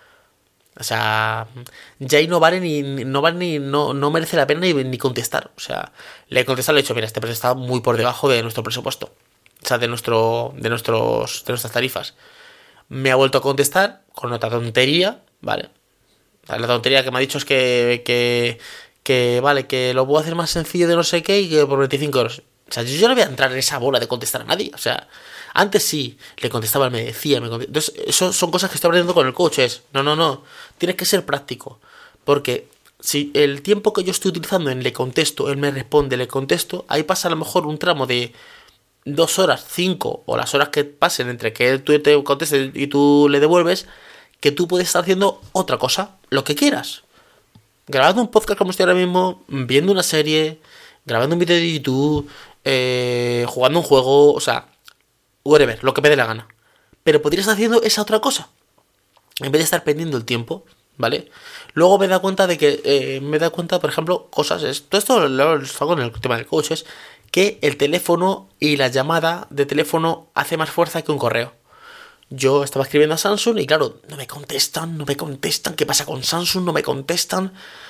O sea, ya ahí no vale ni, no vale ni, no, no merece la pena ni, ni contestar. O sea, le he contestado, le he dicho, mira, este precio está muy por debajo de nuestro presupuesto. O sea, de nuestro, de nuestros, de nuestras tarifas. Me ha vuelto a contestar con otra tontería, ¿vale? La tontería que me ha dicho es que, que, que, vale, que lo puedo hacer más sencillo de no sé qué y que por veinticinco euros. O sea, yo, yo no voy a entrar en esa bola de contestar a nadie. O sea, antes sí, le contestaba, me decía, me contestaba. Entonces, eso son cosas que estoy aprendiendo con el coach. Es, no, no, no, tienes que ser práctico. Porque si el tiempo que yo estoy utilizando en le contesto, él me responde, le contesto, ahí pasa a lo mejor un tramo de dos horas, cinco, o las horas que pasen entre que él tú te contestes y tú le devuelves, que tú puedes estar haciendo otra cosa, lo que quieras. Grabando un podcast como estoy ahora mismo, viendo una serie, grabando un vídeo de YouTube, eh, jugando un juego, o sea, whatever, lo que me dé la gana. Pero podrías estar haciendo esa otra cosa, en vez de estar perdiendo el tiempo, ¿vale? Luego me da cuenta de que, eh, me da cuenta, por ejemplo, cosas, es, todo esto lo hago en el tema del coach, es que el teléfono y la llamada de teléfono hace más fuerza que un correo. Yo estaba escribiendo a Samsung y claro, no me contestan, no me contestan, ¿qué pasa con Samsung? No me contestan.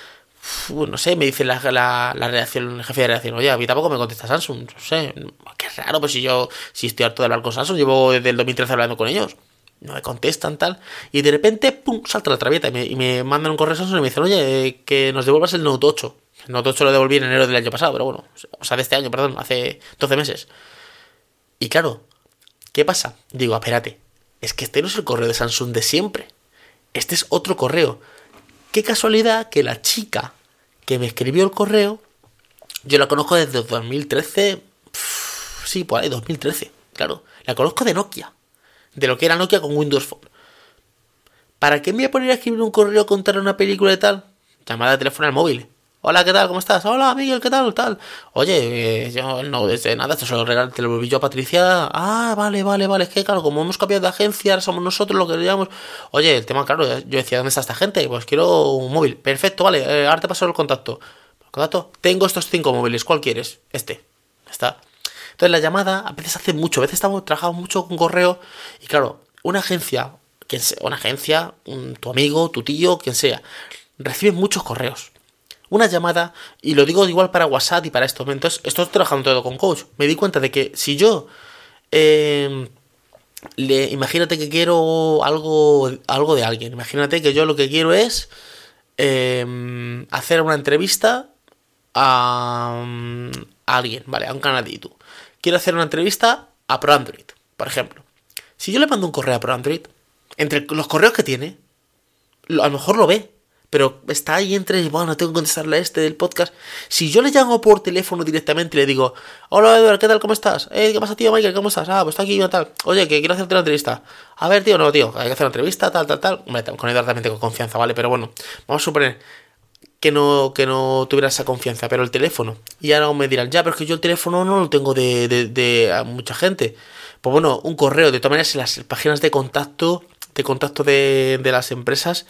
Uf, no sé, me dice la, la, la redacción, el jefe de redacción, oye, a mí tampoco me contesta Samsung, no sé, qué raro, pues si yo, si estoy harto de hablar con Samsung, llevo desde el dos mil trece hablando con ellos, no me contestan, tal, y de repente, pum, salta la traviata y me, y me mandan un correo a Samsung y me dicen, oye, que nos devuelvas el Note ocho. El Note ocho lo devolví en enero del año pasado, pero bueno, o sea, de este año, perdón, hace doce meses. Y claro, ¿qué pasa? Digo, espérate, es que este no es el correo de Samsung de siempre. Este es otro correo. Qué casualidad que la chica que me escribió el correo, yo la conozco desde dos mil trece, pff, sí, por ahí, dos mil trece, claro. La conozco de Nokia, de lo que era Nokia con Windows Phone. ¿Para qué me voy a poner a escribir un correo a contar una película y tal? Llamada de teléfono al móvil. Hola, ¿qué tal? ¿Cómo estás? Hola, Miguel, ¿qué tal? Tal. Oye, eh, yo no desde nada, esto se lo regalé, te lo volví yo a Patricia. Ah, vale, vale, vale. Es que claro, como hemos cambiado de agencia, ahora somos nosotros los que le llamamos. Oye, el tema, claro, yo decía, ¿dónde está esta gente? Pues quiero un móvil. Perfecto, vale, eh, ahora te paso el contacto. ¿El contacto? Tengo estos cinco móviles, ¿cuál quieres? Este. Ya está. Entonces la llamada a veces hace mucho, a veces estamos trabajando mucho con correo. Y claro, una agencia, quien sea, una agencia, un, tu amigo, tu tío, quien sea, recibe muchos correos. Una llamada, y lo digo igual para WhatsApp y para esto. Entonces, estoy trabajando todo con coach. Me di cuenta de que si yo, eh, le, imagínate que quiero algo, algo de alguien. Imagínate que yo lo que quiero es eh, hacer una entrevista a, a alguien, ¿vale? A un canal de YouTube. Quiero hacer una entrevista a ProAndroid, por ejemplo. Si yo le mando un correo a ProAndroid, entre los correos que tiene, a lo mejor lo ve. Pero está ahí entre, bueno, tengo que contestarle a este del podcast. Si yo le llamo por teléfono directamente y le digo, hola Eduardo, ¿qué tal? ¿Cómo estás? Eh, ¿qué pasa, tío Michael? ¿Cómo estás? Ah, pues está aquí, tal. Oye, que quiero hacerte una entrevista. A ver, tío, no, tío, hay que hacer una entrevista, tal, tal, tal. Hombre, con Eduardo también tengo confianza, ¿vale? Pero bueno, vamos a suponer que no, que no tuviera esa confianza, pero el teléfono. Y ahora me dirán, ya, pero es que yo el teléfono no lo tengo de, de, de a mucha gente. Pues bueno, un correo, de todas maneras, en las páginas de contacto, de contacto de, de las empresas,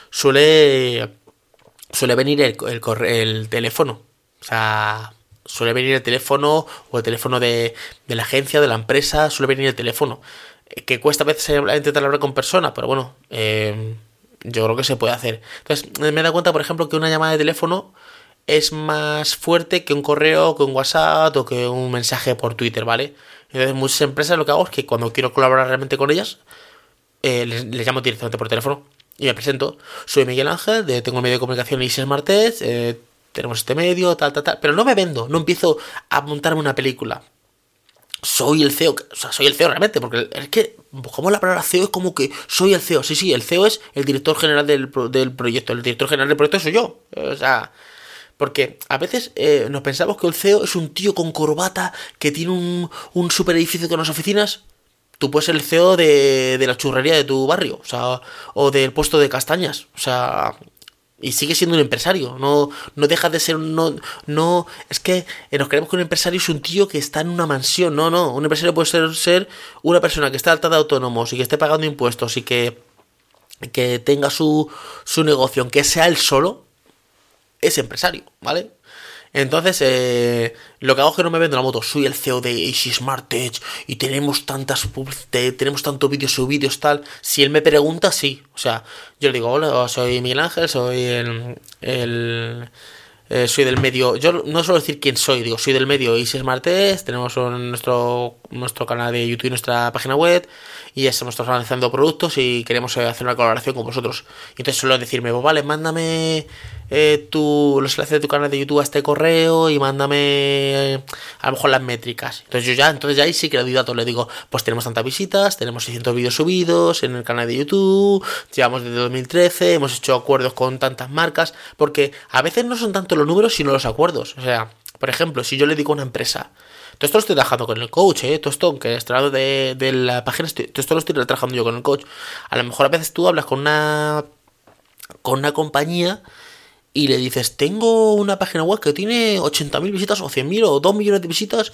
suele suele venir el, el, corre, el teléfono. O sea, suele venir el teléfono o el teléfono de, de la agencia, de la empresa, suele venir el teléfono. Que cuesta a veces intentar hablar con personas, pero bueno, eh, yo creo que se puede hacer. Entonces, me he dado cuenta, por ejemplo, que una llamada de teléfono es más fuerte que un correo, que un WhatsApp o que un mensaje por Twitter, ¿vale? Entonces, muchas empresas lo que hago es que cuando quiero colaborar realmente con ellas, eh, les, les llamo directamente por teléfono. Y me presento, soy Miguel Ángel, de, tengo el medio de comunicación I S Smart Tech, eh, tenemos este medio, tal, tal, tal, pero no me vendo, no empiezo a montarme una película. Soy el C E O, o sea, soy el C E O realmente, porque es que, como la palabra C E O es como que soy el C E O, sí, sí, el C E O es el director general del, del proyecto, el director general del proyecto soy yo, o sea, porque a veces eh, nos pensamos que el C E O es un tío con corbata que tiene un, un super edificio con unas oficinas. Tú puedes ser el C E O de, de la churrería de tu barrio, o sea, o del puesto de castañas, o sea, y sigues siendo un empresario, no, no dejas de ser un, no, no, es que nos creemos que un empresario es un tío que está en una mansión, no, no, un empresario puede ser, ser una persona que está alta de autónomos y que esté pagando impuestos y que, que tenga su, su negocio, aunque sea él solo, es empresario, ¿vale? Entonces, eh, lo que hago es que no me vendo la moto. Soy el C E O de I S Smart Tech y tenemos tantas tenemos tantos vídeos subidos, tal. Si él me pregunta, sí. O sea, yo le digo, hola, soy Miguel Ángel, soy el... el eh, soy del medio... Yo no suelo decir quién soy, digo, soy del medio I S Smart Tech, tenemos un, nuestro, nuestro canal de YouTube y nuestra página web, y estamos analizando productos y queremos eh, hacer una colaboración con vosotros. Y entonces suelo decirme, pues vale, mándame... Eh, tu, los enlaces de tu canal de YouTube a este correo y mándame eh, a lo mejor las métricas. Entonces yo ya, entonces ya ahí sí que le doy datos, le digo, pues tenemos tantas visitas, tenemos seiscientos vídeos subidos en el canal de YouTube, llevamos desde dos mil trece, hemos hecho acuerdos con tantas marcas, porque a veces no son tanto los números sino los acuerdos. O sea, por ejemplo, si yo le digo a una empresa, todo esto lo estoy trabajando con el coach, ¿eh? Todo esto, aunque estoy hablando de, de la página, estoy, todo esto lo estoy trabajando yo con el coach. A lo mejor a veces tú hablas con una con una compañía y le dices, tengo una página web que tiene ochenta mil visitas o cien mil o dos millones de visitas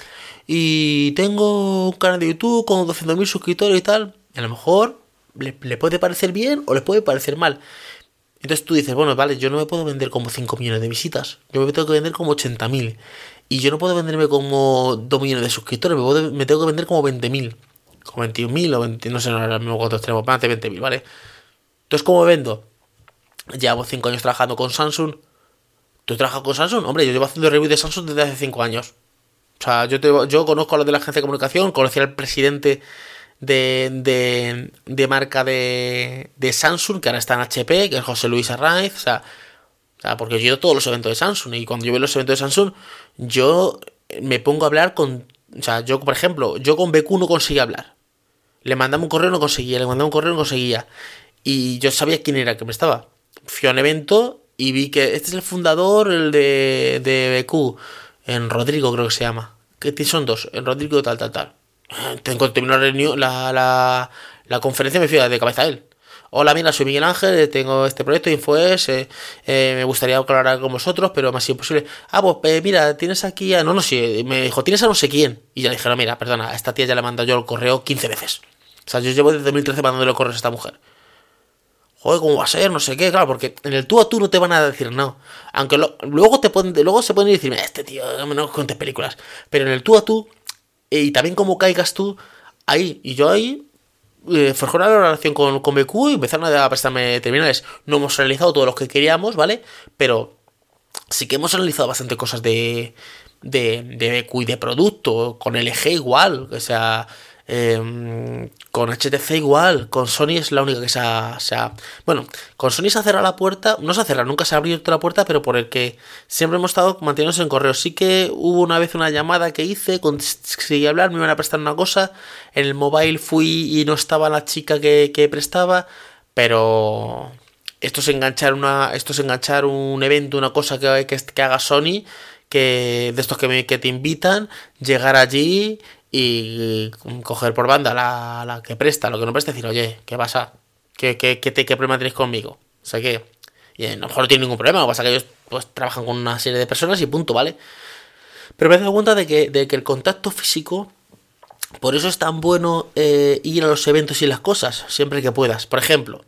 y tengo un canal de YouTube con doscientos mil suscriptores y tal. Y a lo mejor le, le puede parecer bien o le puede parecer mal. Entonces tú dices, bueno, vale, yo no me puedo vender como cinco millones de visitas. Yo me tengo que vender como ochenta mil. Y yo no puedo venderme como dos millones de suscriptores. Me, puedo, me tengo que vender como veinte mil. Como veintiún mil o veinte, no sé, ahora mismo cuántos tenemos. Más de veinte mil, ¿vale? Entonces, ¿cómo me vendo? Llevo cinco años trabajando con Samsung. ¿Tú trabajas con Samsung? Hombre, yo llevo haciendo reviews de Samsung desde hace cinco años. O sea, yo, te, yo conozco a los de la agencia de comunicación, conocí al presidente de, de, de marca de, de Samsung, que ahora está en H P, que es José Luis Arraiz. O sea, o sea, porque yo he ido a todos los eventos de Samsung y cuando yo veo los eventos de Samsung, yo me pongo a hablar con... O sea, yo, por ejemplo, yo con B Q no conseguía hablar. Le mandaba un correo, no conseguía, le mandaba un correo, no conseguía. Y yo sabía quién era el que me estaba. Fui a un evento y vi que este es el fundador, el de, de B Q, en Rodrigo creo que se llama, que son dos, en Rodrigo tal, tal, tal. Tengo que terminar la, reunión, la, la, la conferencia, me fui de cabeza a él. Hola, mira, soy Miguel Ángel, tengo este proyecto Infoes, eh, eh, me gustaría colaborar con vosotros, pero me ha sido imposible. Ah, pues eh, mira, tienes aquí a... No, no sé, me dijo, tienes a no sé quién. Y ya le dijeron, mira, perdona, a esta tía ya le he mandado yo el correo quince veces. O sea, yo llevo desde dos mil trece mandándole correos a esta mujer. Joder, ¿cómo va a ser? No sé qué, claro, porque en el tú a tú no te van a decir no. Aunque lo, luego te pueden, luego se pueden ir y decir, este tío, no cuentes películas. Pero en el tú a tú, eh, y también como caigas tú, ahí, y yo ahí... Eh, forjó una relación con, con B Q y empezaron a prestarme terminales. No hemos analizado todos los que queríamos, ¿vale? Pero sí que hemos analizado bastante cosas de, de, de B Q y de producto. Con L G igual, o sea, eh, con H T C igual. Con Sony es la única que se ha, se ha... Bueno, con Sony se ha cerrado la puerta. No se ha cerrado, nunca se ha abierto la puerta, pero por el que siempre hemos estado manteniéndonos en correo. Sí que hubo una vez una llamada que hice, conseguí hablar, me iban a prestar una cosa. En el mobile fui y no estaba la chica que, que prestaba, pero esto es enganchar una, esto es enganchar un evento, una cosa que, que, que haga Sony, que de estos que, me, que te invitan, llegar allí y coger por banda la, la que presta, lo que no presta, y decir, oye, ¿qué pasa? ¿Qué, qué, qué, te, qué problema tenéis conmigo? O sea que, y a lo mejor no tiene ningún problema, lo que pasa es que ellos pues trabajan con una serie de personas y punto, ¿vale? Pero me he dado cuenta de que, de que el contacto físico, por eso es tan bueno eh, ir a los eventos y las cosas, siempre que puedas. Por ejemplo,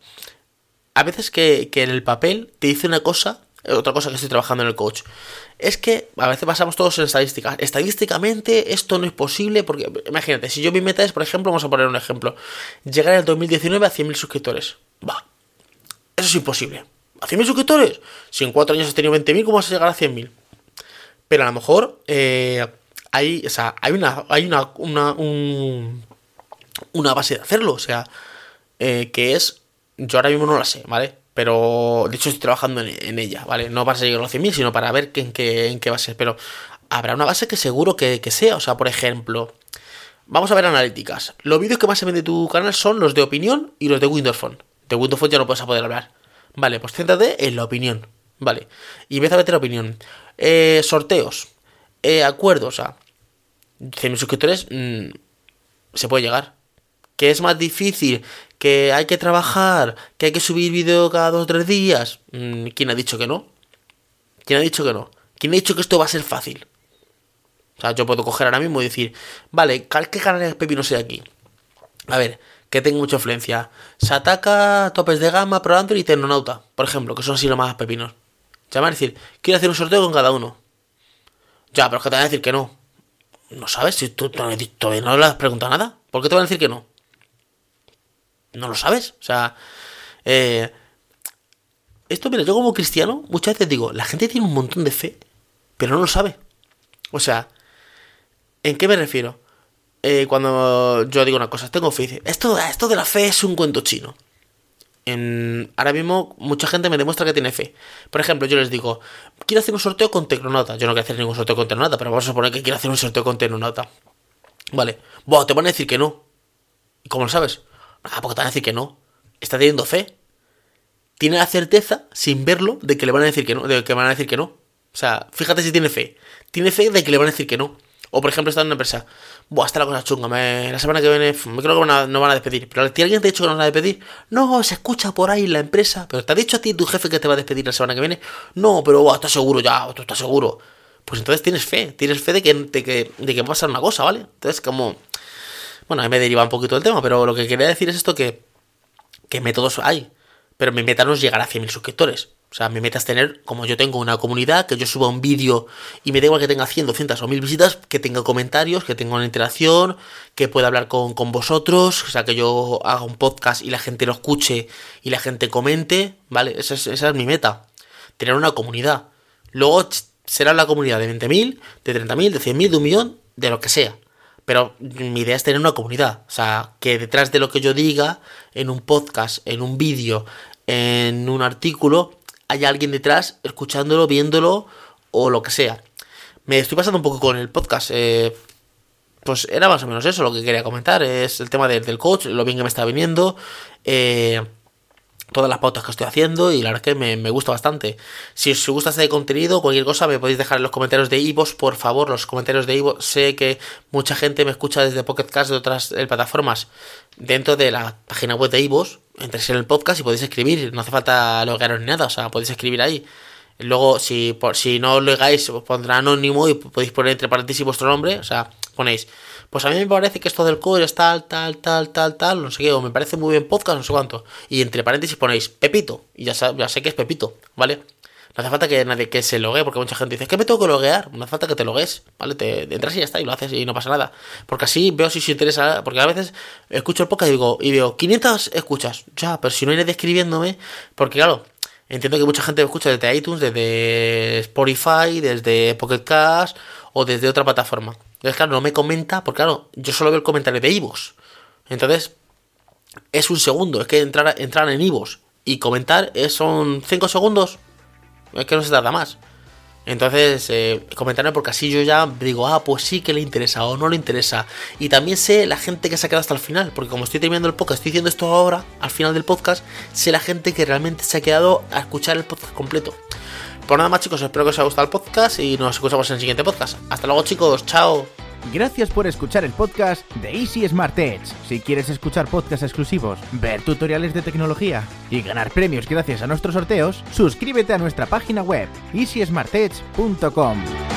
a veces que, que en el papel te dice una cosa, otra cosa que estoy trabajando en el coach, es que a veces basamos todos en estadísticas. Estadísticamente esto no es posible porque, imagínate, si yo mi meta es, por ejemplo, vamos a poner un ejemplo, llegar en el dos mil diecinueve a cien mil suscriptores. Va, eso es imposible. ¿A cien mil suscriptores? Si en cuatro años has tenido veinte mil, ¿cómo vas a llegar a cien mil? Pero a lo mejor... Eh, Hay, o sea, hay una, hay una, una, un, una base de hacerlo, o sea, eh, que es, yo ahora mismo no la sé, ¿vale? Pero, de hecho, estoy trabajando en, en ella, ¿vale? No para llegar a los cien mil, sino para ver que, en, qué, en qué base, pero habrá una base que seguro que, que sea, o sea, por ejemplo, vamos a ver analíticas. Los vídeos que más se ven de tu canal son los de opinión y los de Windows Phone. De Windows Phone ya no puedes a poder hablar. Vale, pues céntrate en la opinión, ¿vale? Y empieza a meter opinión. Eh, sorteos, eh, acuerdos, o sea... cien mil suscriptores mmm, se puede llegar. Que es más difícil, que hay que trabajar, que hay que subir vídeo cada dos o tres días. Mmm, ¿Quién ha dicho que no? ¿Quién ha dicho que no? ¿Quién ha dicho que esto va a ser fácil? O sea, yo puedo coger ahora mismo y decir, vale, ¿qué canales pepinos hay aquí? A ver, que tengo mucha influencia. Se ataca topes de gama, Pro Android y Tecnonauta, por ejemplo, que son así los más pepinos. Llamar y decir, quiero hacer un sorteo con cada uno. Ya, pero es que te van a decir que no. No sabes, si tú todavía no le has preguntado nada. ¿Por qué te van a decir que no? No lo sabes. O sea, eh, esto, mira, yo como cristiano muchas veces digo, la gente tiene un montón de fe, pero no lo sabe. O sea, ¿en qué me refiero? Eh, cuando yo digo una cosa, tengo fe, dice, esto, esto de la fe es un cuento chino. En, ahora mismo mucha gente me demuestra que tiene fe. Por ejemplo, yo les digo, quiero hacer un sorteo con Tecnonauta. Yo no quiero hacer ningún sorteo con Tecnonauta, pero vamos a suponer que quiero hacer un sorteo con Tecnonauta. Vale, bueno, te van a decir que no. ¿Y cómo lo sabes? Ah, porque te van a decir que no. Está teniendo fe. Tiene la certeza, sin verlo, de que le van a decir que no, de que van a decir que no. O sea, fíjate si tiene fe. Tiene fe de que le van a decir que no. O por ejemplo, está en una empresa. Buah, está la cosa chunga. Me, la semana que viene me creo que van a, no van a despedir. Pero ¿alguien te ha dicho que no van a despedir? No, se escucha por ahí en la empresa. Pero ¿te ha dicho a ti tu jefe que te va a despedir la semana que viene? No, pero buah, estás seguro ya, tú estás seguro. Pues entonces tienes fe. Tienes fe de que, de que, de que va a pasar una cosa, ¿vale? Entonces como... Bueno, ahí me deriva un poquito del tema, pero lo que quería decir es esto que... Que métodos hay. Pero mi meta no es llegar a cien mil suscriptores. O sea, mi meta es tener, como yo tengo una comunidad, que yo suba un vídeo y me da igual que tenga cien, doscientas o mil visitas, que tenga comentarios, que tenga una interacción, que pueda hablar con, con vosotros, o sea, que yo haga un podcast y la gente lo escuche y la gente comente, ¿vale? Esa es, esa es mi meta, tener una comunidad. Luego será la comunidad de veinte mil, de treinta mil, de cien mil, de un millón, de lo que sea. Pero mi idea es tener una comunidad, o sea, que detrás de lo que yo diga, en un podcast, en un vídeo, en un artículo, haya alguien detrás escuchándolo, viéndolo o lo que sea. Me estoy pasando un poco con el podcast. Eh, pues era más o menos eso lo que quería comentar. Es el tema de, del coach, lo bien que me está viniendo. Eh, todas las pautas que estoy haciendo y la verdad es que me, me gusta bastante. Si os gusta este contenido, cualquier cosa me podéis dejar en los comentarios de iVoox, por favor, los comentarios de iVoox. Sé que mucha gente me escucha desde Pocket Cast de otras eh, plataformas dentro de la página web de iVoox. Entréis en el podcast y podéis escribir, no hace falta loguearos ni nada, o sea, podéis escribir ahí. Luego, si, por, si no lo hagáis, os pondrá anónimo y podéis poner entre paréntesis vuestro nombre, o sea, ponéis, pues a mí me parece que esto del core es tal, tal, tal, tal, tal, no sé qué, o me parece muy bien podcast, no sé cuánto, y entre paréntesis ponéis Pepito, y ya, ya sé que es Pepito, ¿vale? No hace falta que nadie que se loguee, porque mucha gente dice, es que me tengo que loguear, no hace falta que te logues, ¿vale? Te, te entras y ya está, y lo haces y no pasa nada, porque así veo si os interesa, porque a veces escucho el podcast y digo, y veo, quinientas escuchas, ya, pero si no hay nadie escribiéndome, porque claro, entiendo que mucha gente me escucha desde iTunes, desde Spotify, desde Pocket Cast o desde otra plataforma. Entonces, claro, no me comenta, porque claro, yo solo veo el comentario de iVoox. Entonces, es un segundo, es que entrar, entrar en iVoox y comentar es, son cinco segundos, es que no se tarda más. Entonces, eh, comentarme porque así yo ya digo, ah, pues sí que le interesa o no le interesa. Y también sé la gente que se ha quedado hasta el final, porque como estoy terminando el podcast, estoy diciendo esto ahora, al final del podcast, sé la gente que realmente se ha quedado a escuchar el podcast completo. Pues nada más, chicos, espero que os haya gustado el podcast y nos escuchamos en el siguiente podcast. Hasta luego, chicos, chao. Gracias por escuchar el podcast de Easy Smart Edge. Si quieres escuchar podcasts exclusivos, ver tutoriales de tecnología y ganar premios gracias a nuestros sorteos, suscríbete a nuestra página web easy smart edge punto com.